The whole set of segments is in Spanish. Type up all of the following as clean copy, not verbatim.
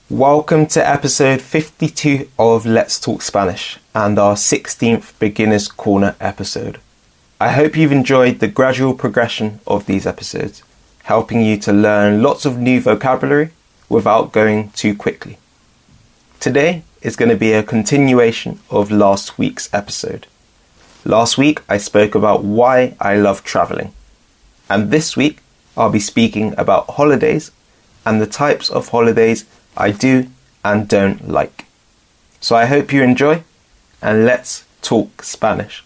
Welcome to episode 52 of Let's Talk Spanish and our 16th Beginner's Corner episode. I hope you've enjoyed the gradual progression of these episodes, helping you to learn lots of new vocabulary without going too quickly. Today is going to be a continuation of last week's episode. Last week I spoke about why I love traveling, and this week I'll be speaking about holidays and the types of holidays I do and don't like. So I hope you enjoy, and let's talk Spanish.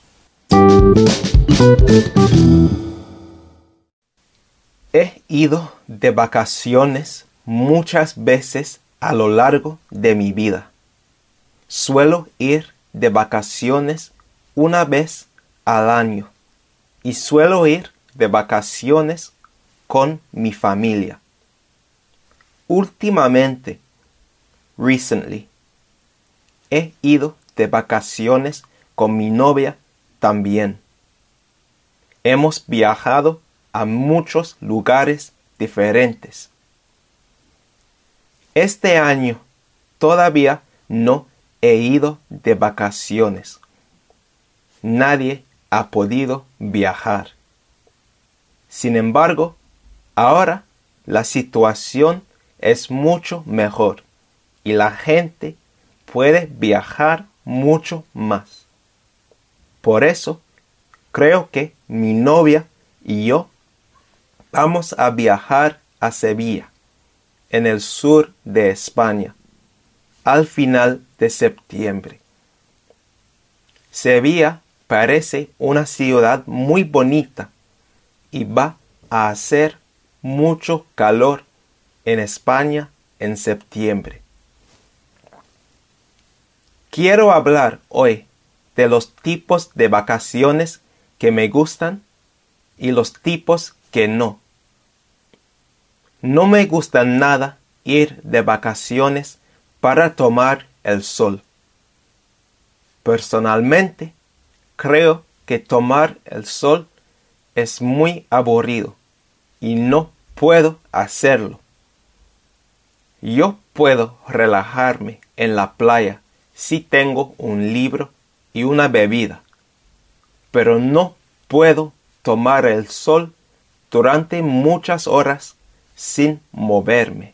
He ido de vacaciones muchas veces a lo largo de mi vida. Suelo ir de vacaciones una vez al año y suelo ir de vacaciones con mi familia. Últimamente, recently, he ido de vacaciones con mi novia también. Hemos viajado a muchos lugares diferentes. Este año todavía no he ido de vacaciones. Nadie ha podido viajar. Sin embargo, ahora la situación es mucho mejor y la gente puede viajar mucho más. Por eso, creo que mi novia y yo vamos a viajar a Sevilla, en el sur de España, al final de septiembre. Sevilla parece una ciudad muy bonita y va a hacer mucho calor en España en septiembre. Quiero hablar hoy de los tipos de vacaciones que me gustan y los tipos que no. No me gusta nada ir de vacaciones para tomar el sol. Personalmente, creo que tomar el sol es muy aburrido y no puedo hacerlo. Yo puedo relajarme en la playa si tengo un libro y una bebida, pero no puedo tomar el sol durante muchas horas sin moverme.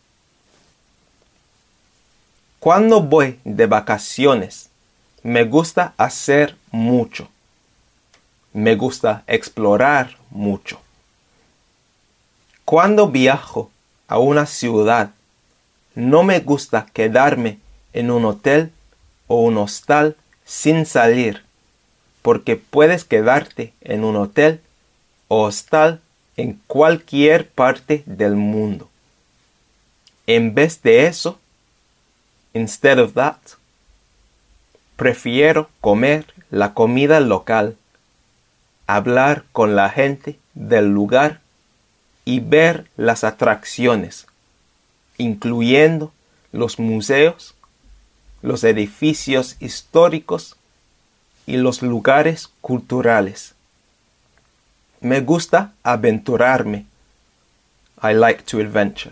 Cuando voy de vacaciones, me gusta hacer mucho. Me gusta explorar mucho. Cuando viajo a una ciudad, no me gusta quedarme en un hotel o un hostal sin salir, porque puedes quedarte en un hotel o hostal en cualquier parte del mundo. En vez de eso, instead of that, prefiero comer la comida local, hablar con la gente del lugar y ver las atracciones, incluyendo los museos, los edificios históricos y los lugares culturales. Me gusta aventurarme. I like to adventure.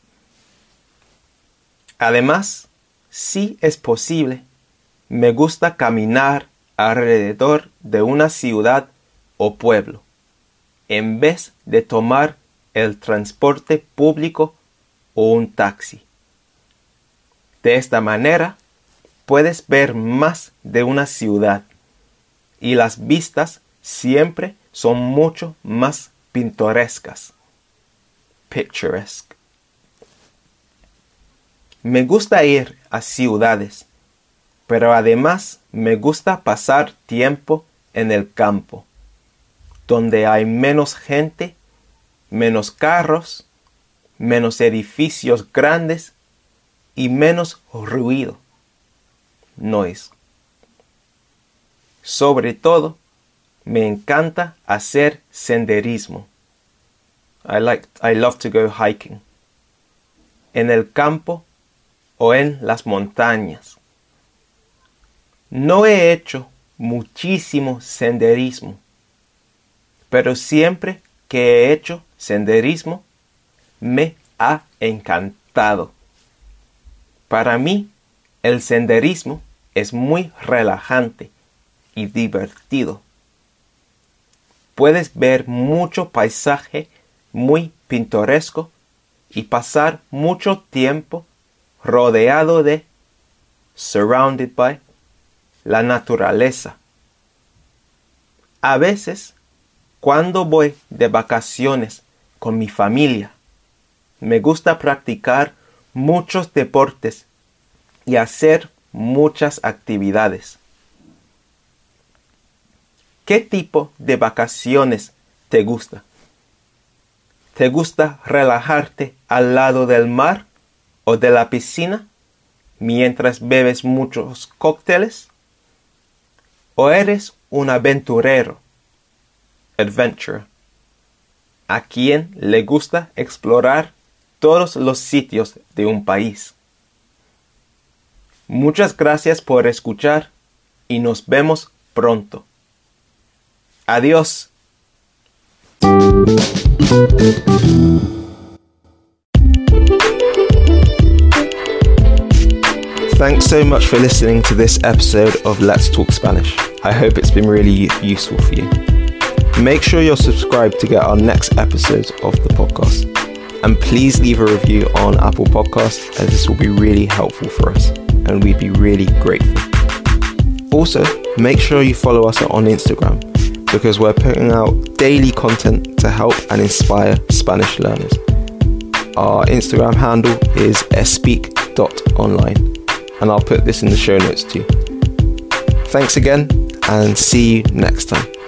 Además, si es posible, me gusta caminar alrededor de una ciudad o pueblo, en vez de tomar el transporte público o un taxi. De esta manera, puedes ver más de una ciudad y las vistas siempre son mucho más pintorescas. Picturesque. Me gusta ir a ciudades, pero además me gusta pasar tiempo en el campo, donde hay menos gente, menos carros, menos edificios grandes y menos ruido, noise. Sobre todo, me encanta hacer senderismo. I love to go hiking. En el campo o en las montañas. No he hecho muchísimo senderismo, pero siempre que he hecho senderismo me ha encantado. Para mí, el senderismo es muy relajante y divertido. Puedes ver mucho paisaje muy pintoresco y pasar mucho tiempo rodeado de, surrounded by, la naturaleza. A veces, cuando voy de vacaciones con mi familia, me gusta practicar muchos deportes y hacer muchas actividades. ¿Qué tipo de vacaciones te gusta? ¿Te gusta relajarte al lado del mar o de la piscina mientras bebes muchos cócteles? ¿O eres un aventurero, adventurer, a quien le gusta explorar todos los sitios de un país? Muchas gracias por escuchar y nos vemos pronto. Adiós. Thanks so much for listening to this episode of Let's Talk Spanish. I hope it's been really useful for you. Make sure you're subscribed to get our next episodes of the podcast. And please leave a review on Apple Podcasts, as this will be really helpful for us and we'd be really grateful. Also, make sure you follow us on Instagram, because we're putting out daily content to help and inspire Spanish learners. Our Instagram handle is espeak.online, and I'll put this in the show notes too. Thanks again, and see you next time.